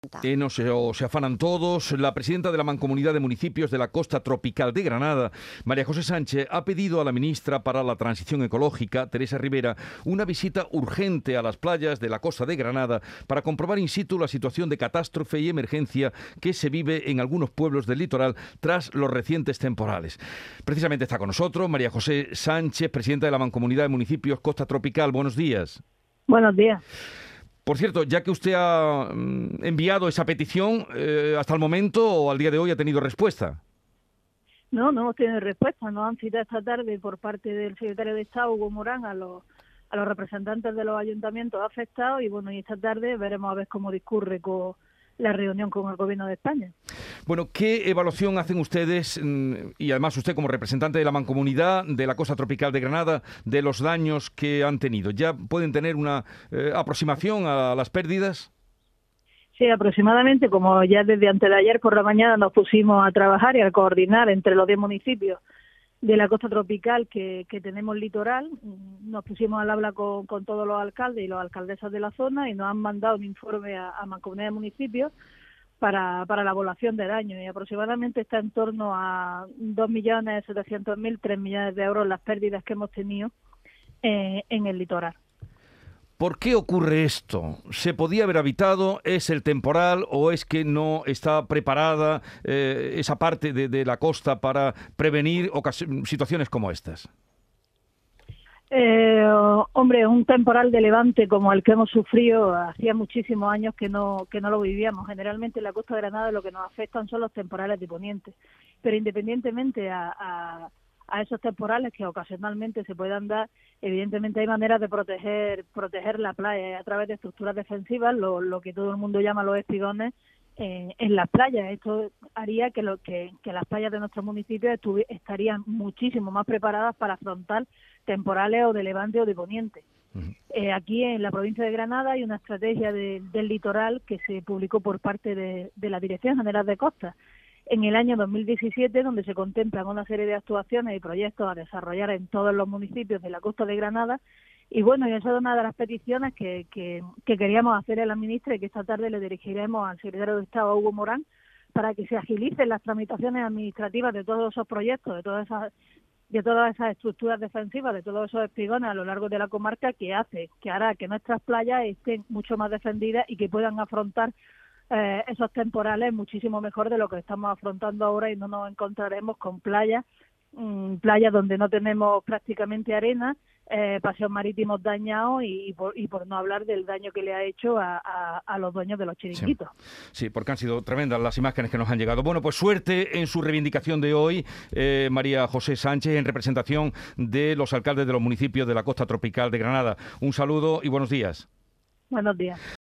No se afanan todos. La presidenta de la Mancomunidad de Municipios de la Costa Tropical de Granada, María José Sánchez, ha pedido a la ministra para la Transición Ecológica, Teresa Ribera, una visita urgente a las playas de la costa de Granada para comprobar in situ la situación de catástrofe y emergencia que se vive en algunos pueblos del litoral tras los recientes temporales. Precisamente está con nosotros María José Sánchez, presidenta de la Mancomunidad de Municipios Costa Tropical. Buenos días. Buenos días. Por cierto, ya que usted ha enviado esa petición, hasta el momento o al día de hoy ha tenido respuesta. No hemos tenido respuesta. Nos han citado esta tarde por parte del secretario de Estado, Hugo Morán, a los representantes de los ayuntamientos afectados y bueno, y esta tarde veremos a ver cómo discurre con la reunión con el Gobierno de España. Bueno, ¿qué evaluación hacen ustedes, y además usted como representante de la Mancomunidad de la Costa Tropical de Granada, de los daños que han tenido? ¿Ya pueden tener una aproximación a las pérdidas? Sí, aproximadamente, como ya desde antes de ayer por la mañana nos pusimos a trabajar y a coordinar entre los 10 municipios de la costa tropical que tenemos litoral, nos pusimos al habla con todos los alcaldes y las alcaldesas de la zona y nos han mandado un informe a Mancomunidad de Municipios para la evaluación de daños y aproximadamente está en torno a 2.700.000, 3 millones de euros las pérdidas que hemos tenido en el litoral. ¿Por qué ocurre esto? ¿Se podía haber evitado? ¿Es el temporal o es que no está preparada esa parte de la costa para prevenir situaciones como estas? Hombre, un temporal de levante como el que hemos sufrido hacía muchísimos años que no lo vivíamos. Generalmente en la costa de Granada lo que nos afectan son los temporales de poniente, pero independientemente a esos temporales que ocasionalmente se puedan dar, evidentemente hay maneras de proteger la playa a través de estructuras defensivas, lo que todo el mundo llama los espigones en las playas. Esto haría que las playas de nuestros municipios estarían muchísimo más preparadas para afrontar temporales o de levante o de poniente. Aquí en la provincia de Granada hay una estrategia del litoral que se publicó por parte de la Dirección General de Costas en el año 2017, donde se contemplan una serie de actuaciones y proyectos a desarrollar en todos los municipios de la costa de Granada. Y bueno, y esa es una de las peticiones que queríamos hacer a la ministra y que esta tarde le dirigiremos al secretario de Estado, Hugo Morán, para que se agilicen las tramitaciones administrativas de todos esos proyectos, de todas esas estructuras defensivas, de todos esos espigones a lo largo de la comarca, que hará que nuestras playas estén mucho más defendidas y que puedan afrontar esos temporales muchísimo mejor de lo que estamos afrontando ahora y no nos encontraremos con playas donde no tenemos prácticamente arena, paseos marítimos dañados y por no hablar del daño que le ha hecho a los dueños de los chiringuitos. Sí, porque han sido tremendas las imágenes que nos han llegado. Bueno, pues suerte en su reivindicación de hoy, María José Sánchez, en representación de los alcaldes de los municipios de la Costa Tropical de Granada. Un saludo y buenos días. Buenos días.